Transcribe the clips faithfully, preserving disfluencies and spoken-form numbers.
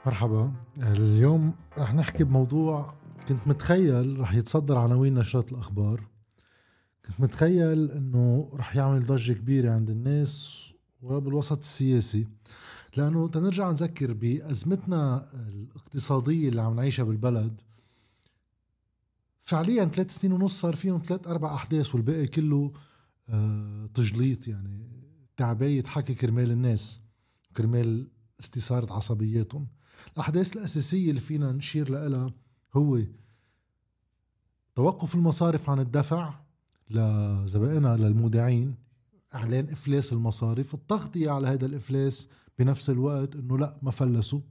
مرحبا. اليوم رح نحكي بموضوع كنت متخيل رح يتصدر عناوين نشرات الأخبار. كنت متخيل أنه رح يعمل ضجة كبيرة عند الناس وبالوسط السياسي، لأنه تنرجع نذكر بأزمتنا الاقتصادية اللي عم نعيشها بالبلد. فعليا ثلاث سنين ونص صار فيهم ثلاث أربع أحداث والباقي كله آه تجليط، يعني تعباية حكي كرمال الناس، كرمال استثارة عصبياتهم. الأحداث الأساسية اللي فينا نشير لها هو توقف المصارف عن الدفع لزبائنها للمودعين، إعلان إفلاس المصارف، التغطية على هذا الإفلاس بنفس الوقت أنه لا ما فلسوا،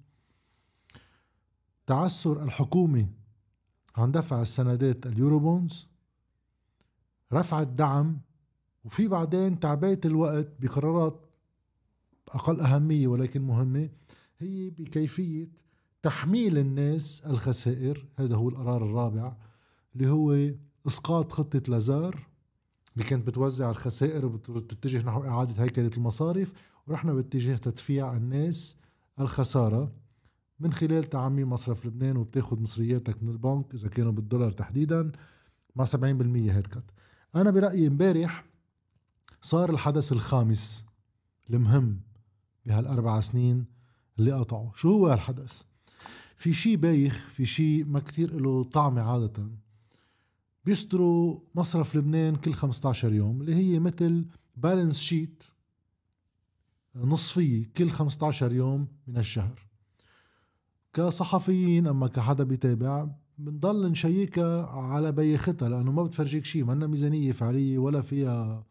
تعثر الحكومة عن دفع السندات اليوروبونز، رفع الدعم، وفي بعدين تعبئة الوقت بقرارات أقل أهمية ولكن مهمة، هي بكيفية تحميل الناس الخسائر. هذا هو القرار الرابع اللي هو إسقاط خطة لازار اللي كانت بتوزع الخسائر وبتتجه نحو إعادة هيكلة المصارف، ورحنا باتجاه تدفيع الناس الخسارة من خلال تعميم مصرف لبنان، وبتاخد مصرياتك من البنك إذا كانوا بالدولار تحديدا مع سبعين بالمية هيركت. أنا برأيي امبارح صار الحدث الخامس المهم بهالأربع سنين اللي قطعوا. شو هو الحدث؟ في شي بايخ، في شي ما كتير له طعمة. عادة بيصدروا مصرف لبنان كل خمسة عشر يوم، اللي هي مثل بالانس شيت نصفية كل خمسة عشر يوم من الشهر. كصحفيين أما كحدا بيتابع بنضل نشيكها على بيختها، لأنه ما بتفرجيك شي، ما لنا ميزانية فعلية ولا فيها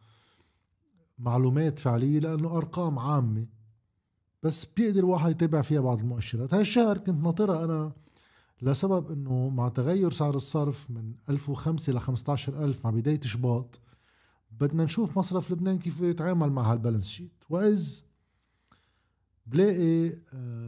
معلومات فعلية، لأنه أرقام عامة بس بيقدر واحد يتابع فيها بعض المؤشرات. هالشهر كنت ناطرها أنا لسبب أنه مع تغير سعر الصرف من ألف وخمسة ل خمسة عشر ألف مع بداية شباط بدنا نشوف مصرف لبنان كيف يتعامل مع هالبالانس شيت. وإذ بلاقي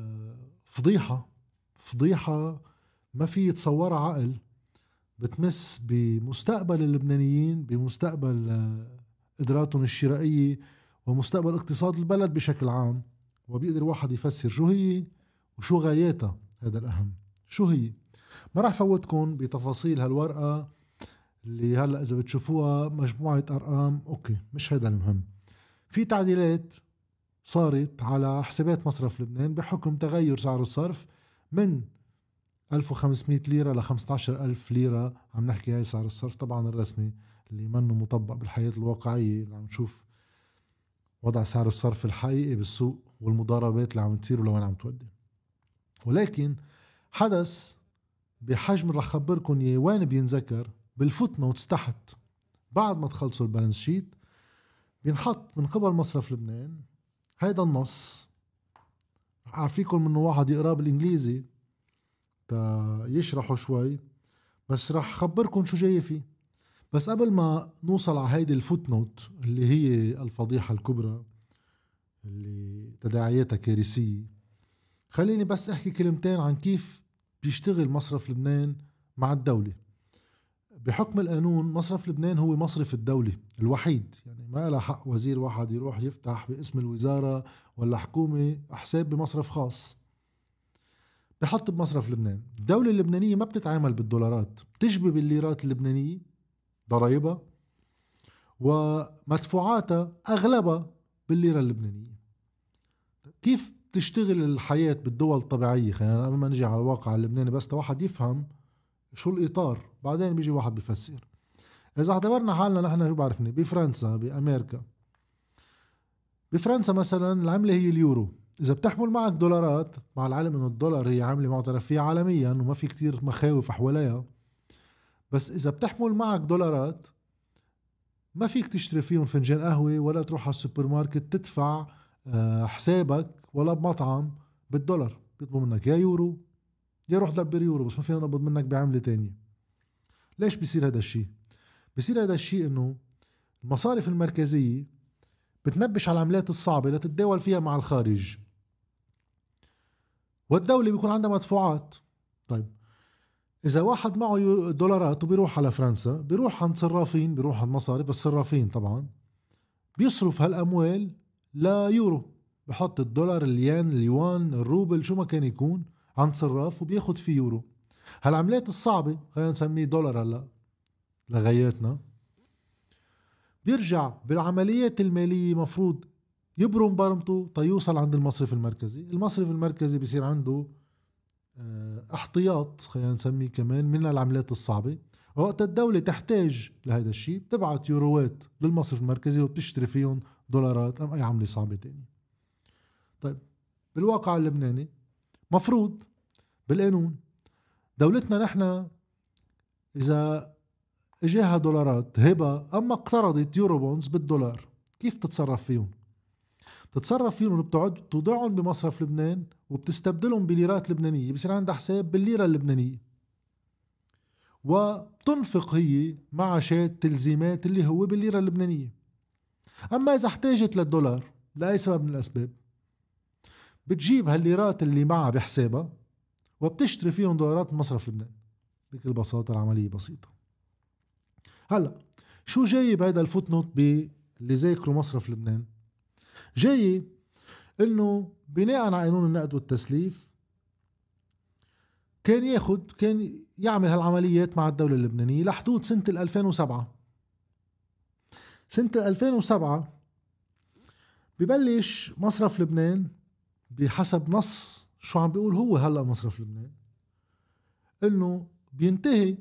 فضيحة فضيحة ما في يتصورها عقل، بتمس بمستقبل اللبنانيين، بمستقبل قدراتهم الشرائية ومستقبل اقتصاد البلد بشكل عام. وبيقدر واحد يفسر شو هي وشو غاياتها، هذا الأهم. شو هي؟ ما راح فوتكم بتفاصيل هالورقة اللي هلأ إذا بتشوفوها مجموعة أرقام، أوكي مش هذا المهم. في تعديلات صارت على حسابات مصرف لبنان بحكم تغير سعر الصرف من ألف وخمسمية ليرة ل خمسة عشر ألف ليرة. عم نحكي هاي سعر الصرف طبعا الرسمي اللي منه مطبق بالحياة الواقعية، اللي عم نشوف وضع سعر الصرف الحقيقي بالسوق والمضاربات اللي عم تصير ولوين عم تودي. ولكن حدث بحجم رح خبركن اياه وين بينذكر بالفوت نوتس تحت بعد ما تخلصوا البالانس شيت، بينحط من قبل مصرف لبنان هيدا النص. رح اعفيكم منه واحد يقراه بالانجليزي تا يشرحوا شوي، بس رح خبركن شو جاي فيه. بس قبل ما نوصل على هيدي الفوت نوت اللي هي الفضيحة الكبرى اللي تداعياتها كارثية، خليني بس احكي كلمتين عن كيف بيشتغل مصرف لبنان مع الدولة. بحكم القانون مصرف لبنان هو مصرف الدولة الوحيد، يعني ما له حق وزير واحد يروح يفتح باسم الوزارة ولا حكومة حساب بمصرف خاص. بحط بمصرف لبنان. الدولة اللبنانية ما بتتعامل بالدولارات، بتجبي بالليرات اللبنانية ضرائبها ومدفوعاتها أغلبها بالليرة اللبنانية. كيف تشتغل الحياة بالدول الطبيعية؟ خلينا قبل ما نجي على الواقع اللبناني بس واحد يفهم شو الإطار، بعدين بيجي واحد بيفسر. إذا اعتبرنا حالنا نحن شو بعرفني بفرنسا بأمريكا، بفرنسا مثلا العملة هي اليورو. إذا بتحمل معك دولارات، مع العلم إنه الدولار هي عملة معترف فيها عالميا وما في كتير مخاوف حواليها، بس إذا بتحمل معك دولارات ما فيك تشتري فيهم فنجان قهوة ولا تروح على السوبر ماركت تدفع حسابك ولا بمطعم بالدولار. بيطلبوا منك يا يورو يا روح دبر يورو، بس ما فينا نقبض منك بعملة تانية. ليش بيصير هذا الشيء؟ بيصير هذا الشيء إنه المصارف المركزية بتنبش على العملات الصعبة لتتداول فيها مع الخارج، والدولة بيكون عندها مدفوعات. طيب إذا واحد معه دولارات وبيروح على فرنسا، بيروح عند صرافين، بيروح عند مصارف، بس الصرافين طبعا بيصرف هالأموال ليورو، بحط الدولار، الين، اليوان، الروبل، شو ما كان يكون عند صراف وبياخد فيه يورو. هالعملات الصعبة خلينا نسميه دولار هلا لغاياتنا، بيرجع بالعمليات المالية مفروض يبرم برمته تيوصل عند المصرف المركزي. المصرف المركزي بيصير عنده احتياط خلينا نسميه كمان من العملات الصعبة. وقت الدولة تحتاج لهذا الشيء بتبعت يوروات للمصرف المركزي وبتشتري فيهم دولارات أم أي عملة صعبة تاني. طيب بالواقع اللبناني مفروض بالقانون دولتنا نحن إذا إجاها دولارات هبة أما اقترضت يورو بونز بالدولار كيف تتصرف فيهم؟ تتصرف فيهم بتوضعهم بمصرف لبنان وبتستبدلهم بليرات لبنانية، بصير عندها حساب بالليرة اللبنانية وبتنفق هي معاشات تلزيمات اللي هو بالليرة اللبنانية. أما إذا احتاجت للدولار لأي سبب من الأسباب بتجيب هالليرات اللي معها بحسابها وبتشتري فيهم دولارات من مصرف لبنان. بكل بساطة العملية بسيطة. هلأ شو جاي بهذا الفوت نوت باللي ذاكروا مصرف لبنان؟ جاي انه بناء على قانون النقد والتسليف كان ياخد كان يعمل هالعمليات مع الدولة اللبنانية لحدود سنة ألفين وسبعة. سنة ألفين وسبعة ببلش مصرف لبنان بحسب نص شو عم بيقول هو هلأ مصرف لبنان انه بينتهي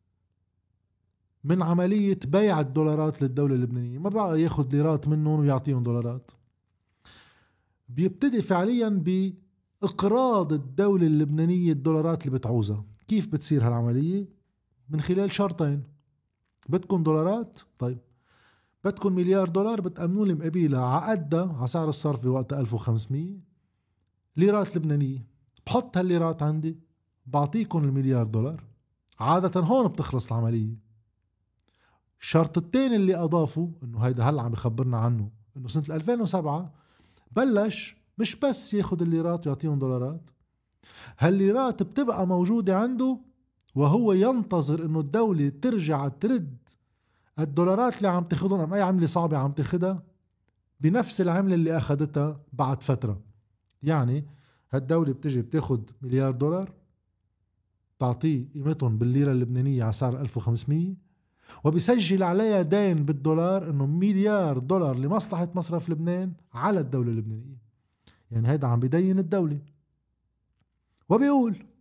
من عملية بيع الدولارات للدولة اللبنانية، ما بقى ياخد ليرات منهم ويعطيهم دولارات. بيبتدي فعليا بإقراض الدولة اللبنانية الدولارات اللي بتعوزها. كيف بتصير هالعملية؟ من خلال شرطين. بدكم دولارات؟ طيب بدكم مليار دولار بتأمنوا لي مقابلها عقدها على سعر الصرف بوقت ألف وخمسمية ليرات لبنانية. بحط هالليرات عندي بعطيكم المليار دولار. عادة هون بتخلص العملية. الشرط الثاني اللي أضافه إنه هيدا هلا عم بخبرنا عنه إنه سنة ألفين وسبعة بلش مش بس ياخد الليرات ويعطيهم دولارات، هالليرات بتبقى موجودة عنده وهو ينتظر إنه الدولة ترجع ترد الدولارات اللي عم تاخدهم أم أي عملة صعبة عم تاخدها بنفس العملة اللي أخدتها بعد فترة. يعني هالدولة بتجي بتاخد مليار دولار تعطيه قيمتهم بالليرة اللبنانية على سعر ألف وخمسمية وبيسجل عليها دين بالدولار انه مليار دولار لمصلحة مصرف لبنان على الدولة اللبنانية. يعني هيدا عم بيدين الدولة وبيقول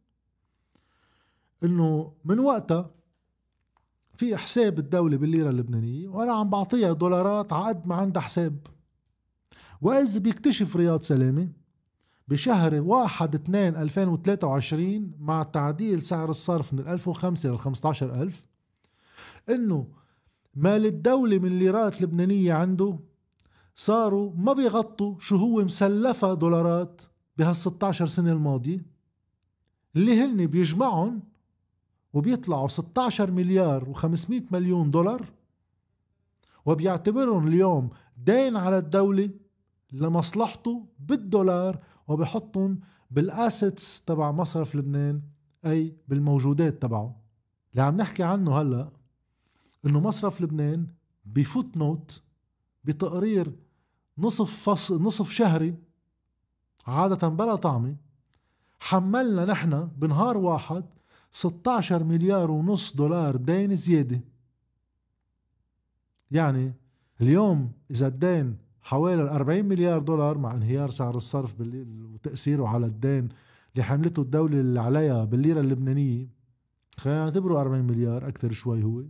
انه من وقتها في حساب الدولة بالليرة اللبنانية وانا عم بعطيها دولارات عقد ما عندها حساب. وإذ بيكتشف رياض سلامة بشهر واحد اثنين ألفين وثلاثة وعشرين مع تعديل سعر الصرف من ألف وخمسة إلى خمسة عشر ألف انه مال الدولة من ليرات لبنانية عنده صاروا ما بيغطوا شو هو مسلفة دولارات بهالستة عشر سنة الماضية اللي هن بيجمعهم وبيطلعوا ستة عشر مليار وخمسمية مليون دولار وبيعتبرهم اليوم دين على الدولة لمصلحته بالدولار وبيحطهم بالاسيتس تبع مصرف لبنان اي بالموجودات تبعه. اللي عم نحكي عنه هلأ انه مصرف لبنان بفوت نوت بتقرير نصف فص نصف شهري عادة بلا طعمة حملنا نحن بنهار واحد ستة عشر مليار ونص دولار دين زيادة. يعني اليوم اذا الدين حوالي أربعين مليار دولار مع انهيار سعر الصرف وتأثيره على الدين اللي حملته الدولة اللي عليها بالليرة اللبنانية خلينا نعتبره أربعين مليار اكثر شوي، هو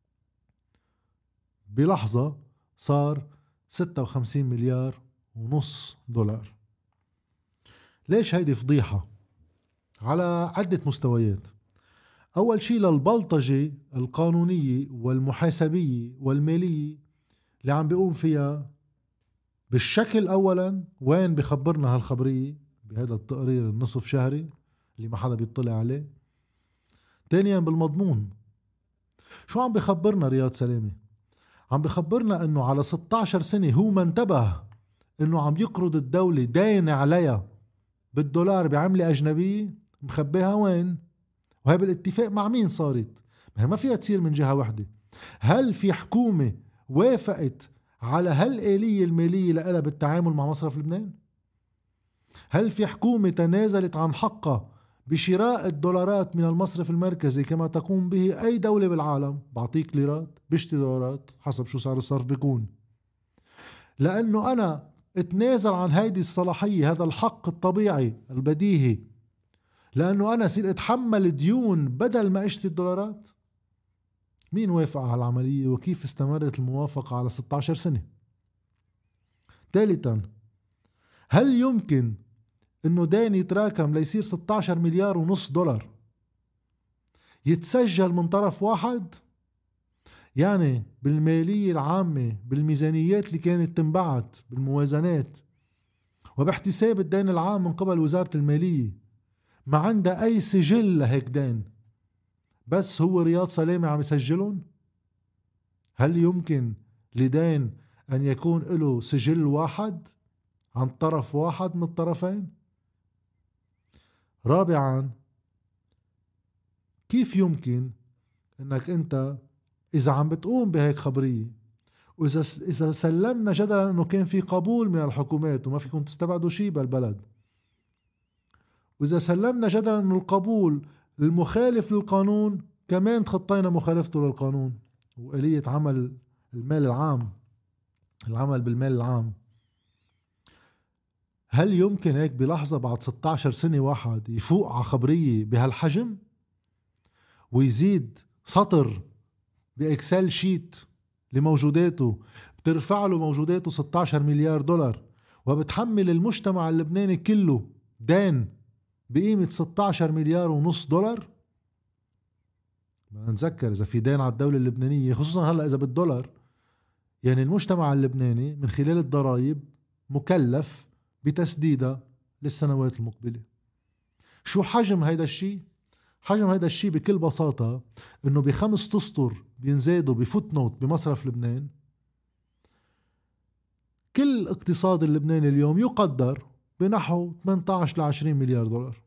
بلحظة صار ستة وخمسين مليار ونص دولار. ليش هيدي فضيحة؟ على عدة مستويات. أول شيء للبلطجة القانونية والمحاسبية والمالية اللي عم بيقوم فيها بالشكل. أولا وين بخبرنا هالخبرية بهذا التقرير النصف شهري اللي ما حدا بيطلع عليه. ثانيا بالمضمون شو عم بخبرنا رياض سلامة؟ عم بخبرنا انه على ستة عشر سنة هو ما انتبه انه عم يقرض الدولة دين عليها بالدولار بعملة اجنبية مخبيها وين؟ وهي بالاتفاق مع مين صارت؟ ما هي ما فيها تصير من جهة واحدة. هل في حكومة وافقت على هالآلية المالية لها بالتعامل مع مصرف لبنان؟ هل في حكومة تنازلت عن حقها بشراء الدولارات من المصرف المركزي كما تقوم به أي دولة بالعالم، بعطيك ليرات بشتري دولارات حسب شو سعر الصرف بيكون. لأنه أنا اتنازل عن هيدي الصلاحية، هذا الحق الطبيعي البديهي، لأنه أنا صير اتحمل ديون بدل ما اشتري الدولارات. مين وافق على العملية وكيف استمرت الموافقة على ستة عشر سنة؟ ثالثا، هل يمكن انه دين يتراكم ليصير ستة عشر مليار ونص دولار يتسجل من طرف واحد؟ يعني بالمالية العامة، بالميزانيات اللي كانت تنبعت بالموازنات وباحتساب الدين العام من قبل وزارة المالية، ما عندها أي سجل لهيك دين، بس هو رياض سلامة عم يسجلون؟ هل يمكن لدين أن يكون له سجل واحد عن طرف واحد من الطرفين؟ رابعا، كيف يمكن أنك أنت إذا عم بتقوم بهيك خبرية، وإذا إذا سلمنا جدلا أنه كان في قبول من الحكومات وما فيكم تستبعدوا شيء بالبلد، وإذا سلمنا جدلا أنه القبول المخالف للقانون كمان تخطينا مخالفته للقانون وآلية عمل المال العام، العمل بالمال العام، هل يمكن هيك بلحظة بعد ستة عشر سنة واحد يفوق على خبرية بهالحجم ويزيد سطر بإكسل شيت لموجوداته بترفع له موجوداته ستة عشر مليار دولار وبتحمل المجتمع اللبناني كله دين بقيمة ستة عشر مليار ونص دولار؟ ما نذكر إذا في دين على الدولة اللبنانية خصوصا هلأ إذا بالدولار، يعني المجتمع اللبناني من خلال الضرائب مكلف بتسديدها للسنوات المقبلة. شو حجم هيدا الشيء؟ حجم هيدا الشيء بكل بساطة انه بخمس اسطر بينزادوا بفوت نوت بمصرف لبنان كل اقتصاد اللبناني اليوم يقدر بنحو ثمانية عشر ل عشرين مليار دولار.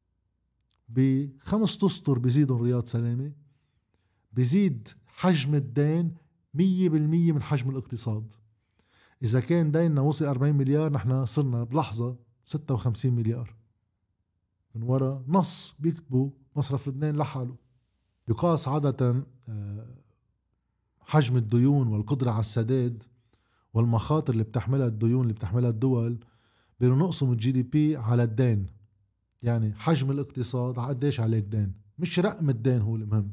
بخمس اسطر بيزيدوا رياض سلامة، بيزيد حجم الدين مية بالمية من حجم الاقتصاد. إذا كان ديننا وصل أربعين مليار، نحن صرنا بلحظة ستة وخمسين مليار من وراء نص بيكتبوا مصرف لبنان لحاله. يقاس عادة حجم الديون والقدرة على السداد والمخاطر اللي بتحملها الديون اللي بتحملها الدول بأنه نقسم الجي دي بي على الدين، يعني حجم الاقتصاد على قديش عليك دين، مش رقم الدين هو المهم.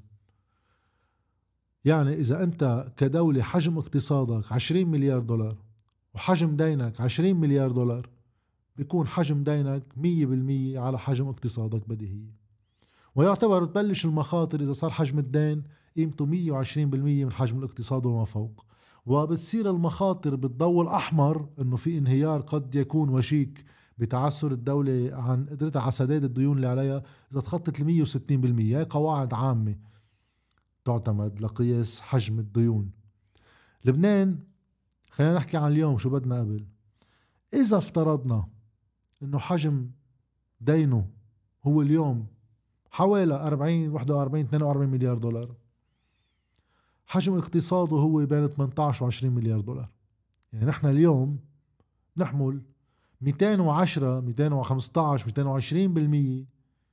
يعني إذا أنت كدولة حجم اقتصادك عشرين مليار دولار وحجم دينك عشرين مليار دولار، بيكون حجم دينك مية بالمية على حجم اقتصادك بديهية. ويعتبر تبلش المخاطر إذا صار حجم الدين قيمته مية وعشرين بالمية من حجم الاقتصاد وما فوق، وبتصير المخاطر بالضوء الأحمر أنه في انهيار قد يكون وشيك بتعثر الدولة عن قدرتها على سداد الديون اللي عليها إذا تخطت ل مية وستين بالمية. هي قواعد عامة تعتمد لقياس حجم الديون. لبنان، خلينا نحكي عن اليوم شو بدنا قبل. إذا افترضنا أنه حجم دينه هو اليوم حوالي أربعين واحد وأربعين اثنين وأربعين مليار دولار، حجم اقتصاده هو بين ثمانية عشر و عشرين مليار دولار. يعني نحن اليوم نحمل مئتين وعشرة مئتين وخمسة عشر مئتين وعشرين بالمية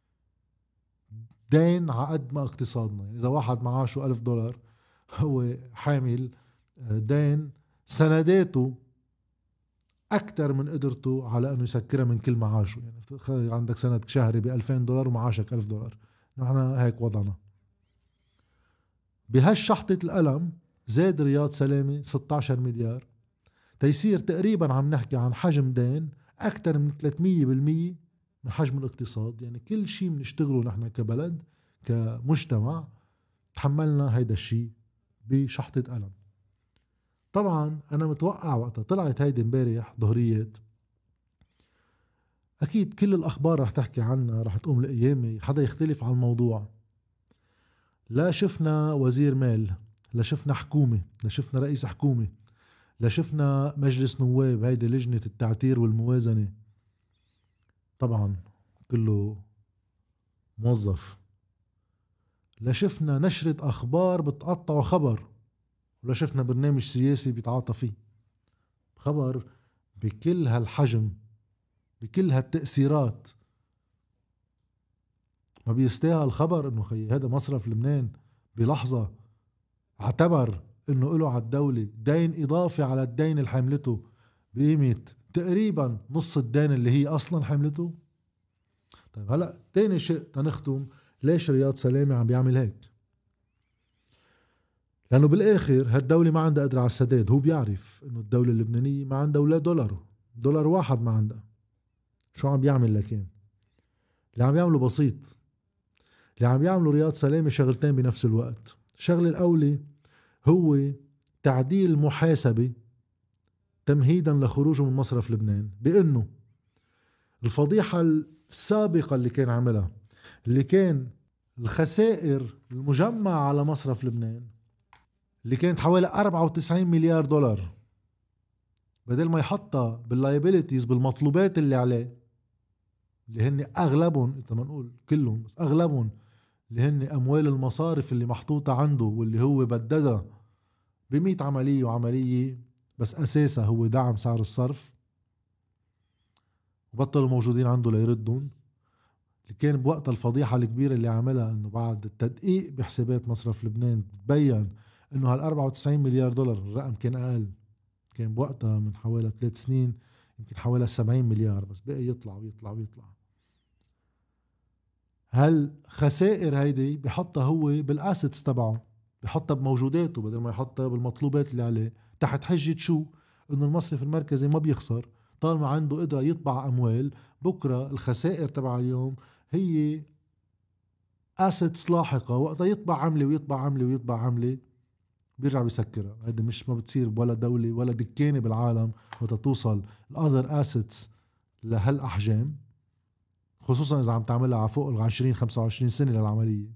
دين على قد ما اقتصادنا. يعني إذا واحد معاشه ألف دولار هو حامل دين سنداته أكتر من قدرته على أنه يسكرها من كل معاشه. يعني عندك سند شهري بألفين دولار ومعاشك ألف دولار، نحن هيك وضعنا. بهالشحطة القلم زاد رياض سلامة ستة عشر مليار تيصير تقريبا عم نحكي عن حجم دين أكتر من ثلاثمية بالمية من حجم الاقتصاد. يعني كل شيء بنشتغله نحن كبلد كمجتمع تحملنا هيدا الشيء بشحطة قلم. طبعا أنا متوقع وقتها طلعت هيدي امبارح ظهريات، أكيد كل الأخبار رح تحكي عنها، رح تقوم لقيامي حدا يختلف عن الموضوع. لا شفنا وزير مال، لا شفنا حكومة، لا شفنا رئيس حكومة، لا شفنا مجلس نواب، هيدي لجنة التعتير والموازنة طبعا كله موظف، لا شفنا نشرة أخبار بتقطعوا خبر، ولا شفنا برنامج سياسي بيتعاطى فيه. خبر بكل هالحجم بكل هالتأثيرات ما بيستاهل الخبر انه خي هذا مصرف لبنان بلحظة اعتبر انه له على الدولة دين اضافي على الدين اللي حملته بقيمة تقريبا نص الدين اللي هي اصلا حملته. طيب هلأ تاني شيء تنختم، ليش رياض سلامة عم بيعمل هيك؟ لأنه بالآخر هالدولة ما عندها قدرة على السداد. هو بيعرف إنه الدولة اللبنانية ما عندها ولا دولار، دولار واحد ما عندها. شو عم بيعمل لكن؟ اللي عم يعمله بسيط، اللي عم يعمله رياض سلامة شغلتين بنفس الوقت. الشغلة الأولى هو تعديل محاسبة تمهيدا لخروجه من مصرف لبنان، بأنه الفضيحة السابقة اللي كان عملها، اللي كان الخسائر المجمعة على مصرف لبنان اللي كانت حوالي أربعة وتسعين مليار دولار، بدل ما يحطها باللايبيليتيز بالمطلوبات اللي عليه، اللي هن أغلبهم، إذا ما نقول كلهم بس أغلبهم اللي هن أموال المصارف اللي محطوطة عنده، واللي هو بددها بمئة عملية وعملية، بس أساسها هو دعم سعر الصرف، وبطلوا موجودين عنده ليردون. اللي كان بوقت الفضيحة الكبيرة اللي عملها انه بعد التدقيق بحسابات مصرف لبنان تبين انه هال أربعة وتسعين مليار دولار الرقم كان اقل، كان بوقتها من حوالي ثلاث سنين يمكن حوالي سبعين مليار، بس بقى يطلع ويطلع ويطلع. هل خسائر هيدي بحطها هو بالاسيتس تبعه، بحطها بموجوداته بدل ما يحطها بالمطلوبات اللي عليه، تحت حجة شو؟ انه المصرف المركزي ما بيخسر طالما عنده قدرة يطبع اموال. بكرة الخسائر تبع اليوم هي اسيتس لاحقة، وقتها يطبع عملة ويطبع عملة ويطبع عملة بيرجع بيسكرها. هذا مش ما بتصير ولا دولة ولا دكانة بالعالم وقت توصل الاذر اسيتس لهالاحجام، خصوصا اذا عم تعملها على فوق ال عشرين خمسة وعشرين سنة للعملية.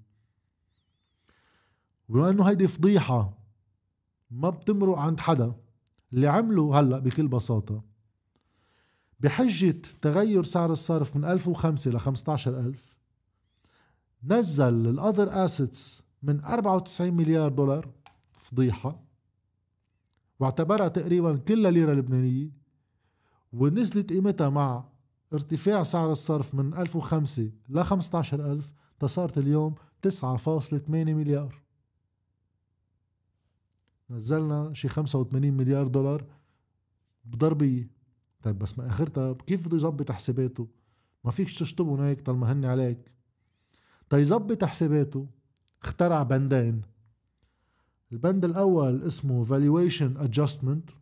وبما انه هيدي فضيحة ما بتمرق عند حدا، اللي عمله هلأ بكل بساطة بحجة تغير سعر الصرف من ألف وخمسة ل خمسة عشر ألف، نزل الأذر أسيتس من أربعة وتسعين مليار دولار، فضيحة، واعتبرها تقريبا كلها ليرة لبنانية، ونزلت قيمتها مع ارتفاع سعر الصرف من ألف وخمسة ل خمسة عشر ألف تصارت اليوم تسعة فاصلة ثمانية مليار. نزلنا شي خمسة وثمانين مليار دولار بضربية. طيب بس ما اخرتها كيف بده يزبط حساباته؟ ما فيك تشطبهم هيك طالما هني عليك. تيزبط حساباته اخترع بندين. البند الاول اسمه valuation adjustment،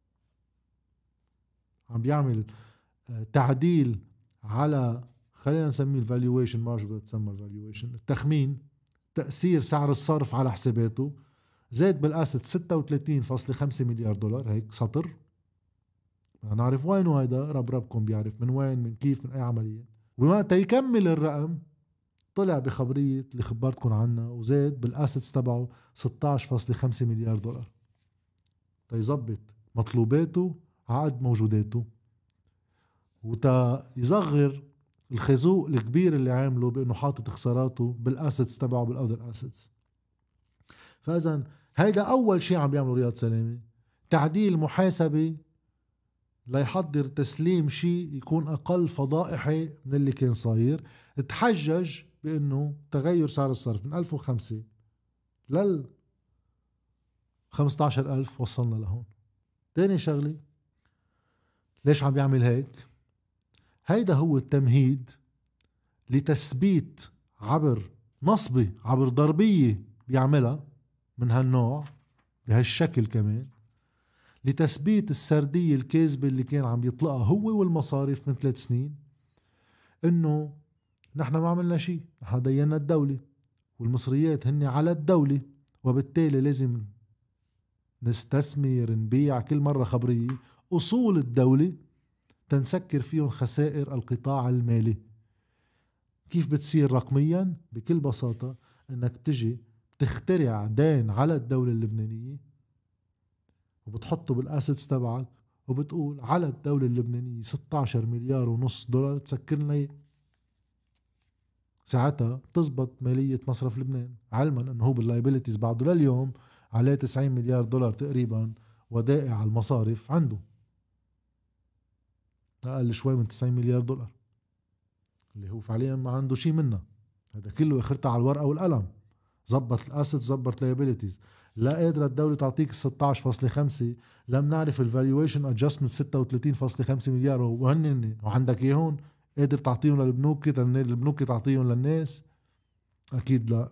عم بيعمل تعديل على، خلينا نسميه الفالويشن، ما شو بدها تسمى الفالويشن، التخمين، تأثير سعر الصرف على حساباته. زاد بالاسد ستة وثلاثين فاصلة خمسة مليار دولار، هيك سطر ما نعرف وينه هيدا، رب ربكم بيعرف من وين من كيف من اي عملية. وما تيكمل الرقم طلع بخبرية اللي خبرتكم عنها وزاد بالاسيتس تبعه ستة عشر فاصلة خمسة مليار دولار، تيزبط مطلوباته عقد موجوداته، وتا يصغر الخازوق الكبير اللي عامله بانه حاطط خساراته بالاسيتس تبعه بالاذر اسيتس. فاذا هيدا اول شيء عم بيعمله رياض سلامة، تعديل محاسبة ليحضر تسليم شيء يكون اقل فضائحي من اللي كان صاير. تحجج بانه تغير سعر الصرف من ألف وخمسة لل خمسة عشر ألف وصلنا لهون. تاني شغلة ليش عم بيعمل هيك؟ هيدا هو التمهيد لتثبيت عبر نصبة عبر ضربية بيعملها من هالنوع بهالشكل كمان، لتثبيت السردية الكاذبة اللي كان عم يطلقها هو والمصارف من ثلاث سنين، انه نحن ما عملنا شيء، نحن دينا الدولة والمصريات هن على الدولة، وبالتالي لازم نستثمر نبيع كل مرة خبرية أصول الدولة تنسكر فيهم خسائر القطاع المالي. كيف بتصير رقميا؟ بكل بساطة انك تجي تخترع دين على الدولة اللبنانية وبتحطه بالاسيتس تبعك وبتقول على الدولة اللبنانية ستة عشر مليار ونص دولار تسكر لنا، ساعتها تزبط مالية مصرف لبنان، علما انه هو باللايبيليتيز بعده لليوم عليه تسعين مليار دولار تقريبا ودائع على المصارف عنده، اقل شوي من تسعين مليار دولار اللي هو فعليا ما عنده شيء منها، هذا كله اخرتها على الورقة والقلم. زبط الاسيت زبط liabilities. لا قادرة الدولة تعطيك ستة عشر فاصلة خمسة، لم نعرف الفالويشن ادجستمنت ستة وثلاثين فاصلة خمسة مليار وهن وعندك ايهون قادر تعطيهم للبنوك البنوك تعطيهم للناس؟ اكيد لا.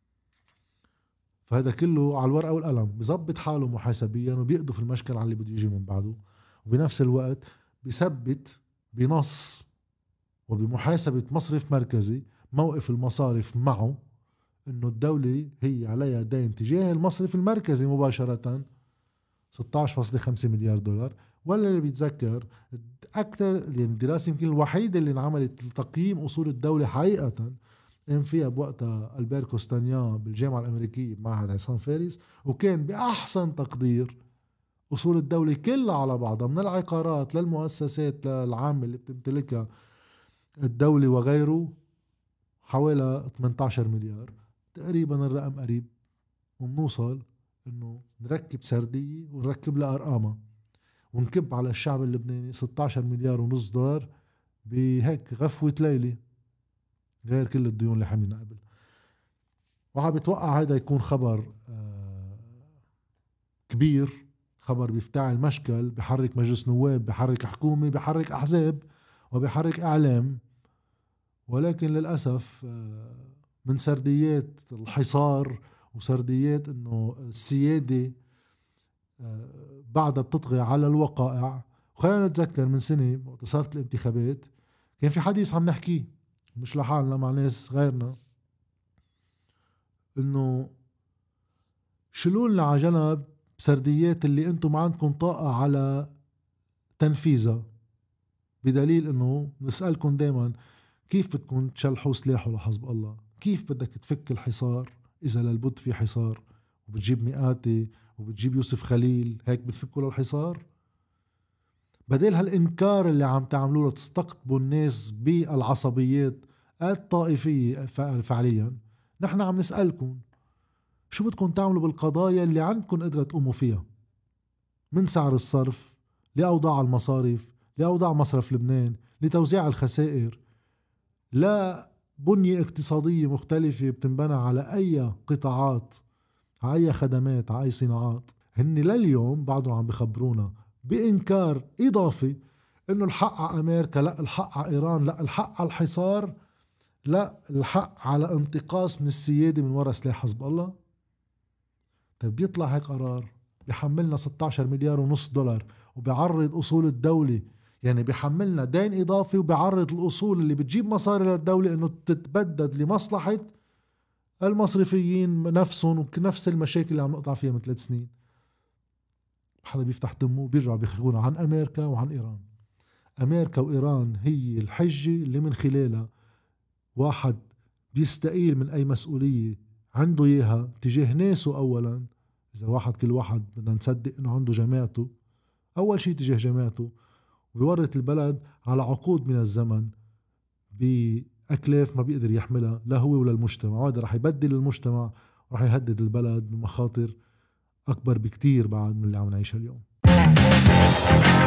فهذا كله على الورقة والقلم بزبط حاله محاسبيا وبيقضوا المشكل على اللي بده يجي من بعده، وبنفس الوقت بيثبت بنص وبمحاسبة مصرف مركزي موقف المصارف معه انه الدولة هي عليها دين تجاه المصرف المركزي مباشرة ستة عشر فاصلة خمسة مليار دولار. ولا اللي بيتذكر اكثر يعني الدراسة يمكن الوحيدة اللي انعملت لتقييم اصول الدولة حقيقة قام فيها بوقتها ألبير كوستانيا بالجامعة الأمريكية بمعهد عصام فارس، وكان بأحسن تقدير أصول الدولة كلها على بعضها من العقارات للمؤسسات العامة اللي بتمتلكها الدولة وغيره حوالي ثمانية عشر مليار تقريبا. الرقم قريب، ومنوصل انه نركب سردية ونركب لها ارقامها ونكب على الشعب اللبناني ستة عشر مليار ونص دولار بهيك غفوة ليلة، غير كل الديون اللي حمينا قبل. وعم بتوقع هذا يكون خبر كبير، خبر بيفتعل مشكل، بحرك مجلس نواب، بحرك حكومة، بحرك أحزاب، وبحرك إعلام. ولكن للأسف من سرديات الحصار وسرديات انه السيادة بعدها بتطغي على الوقائع. وخلينا نتذكر من سنة وقت صارت الانتخابات كان في حديث عم نحكيه مش لحالنا مع ناس غيرنا، انه شلولنا على جنب سرديات اللي انتم ما عندكم طاقة على تنفيذها، بدليل انه نسألكم دايما كيف بدكم تشلحوا سلاحه لحزب الله، كيف بدك تفك الحصار إذا للبد في حصار، وبتجيب مئاتي وبتجيب يوسف خليل هيك بتفكوا للحصار؟ بدل هالإنكار اللي عم تعملوه تستقطبوا الناس بالعصبيات الطائفية فعليا، نحن عم نسألكم شو بدكم تعملوا بالقضايا اللي عندكم قدرة تقوموا فيها، من سعر الصرف لأوضاع المصارف لأوضاع مصرف لبنان لتوزيع الخسائر، لا بنية اقتصادية مختلفة بتنبنى على أي قطاعات، على أي خدمات، على أي صناعات. هن لليوم بعضهم عم بخبرونا بإنكار إضافي إنه الحق على أمريكا، لا الحق على إيران، لا الحق على الحصار، لا الحق على انتقاص من السيادة من وراء سلاح حزب الله. طيب بيطلع هيك قرار بيحملنا ستة عشر مليار ونص دولار وبيعرض أصول الدولة، يعني بيحملنا دين إضافي وبيعرض الأصول اللي بتجيب مصاري للدولة إنه تتبدد لمصلحة المصرفيين نفسهم، ونفس المشاكل اللي عم نقطع فيها من ثلاث سنين. حدا بيفتح دمه بيرجع بيحكونا عن أمريكا وعن إيران. أمريكا وإيران هي الحجة اللي من خلالها واحد بيستقيل من أي مسؤولية عنده إياها تجاه ناسه. أولا إذا واحد كل واحد بدنا نصدق إنه عنده جماعته، أول شيء تجاه جماعته، وبيورط البلد على عقود من الزمن بأكلاف ما بيقدر يحملها لا هو ولا المجتمع، وهذا رح يبدل المجتمع ورح يهدد البلد بمخاطر أكبر بكتير بعد من اللي عم نعيشها اليوم.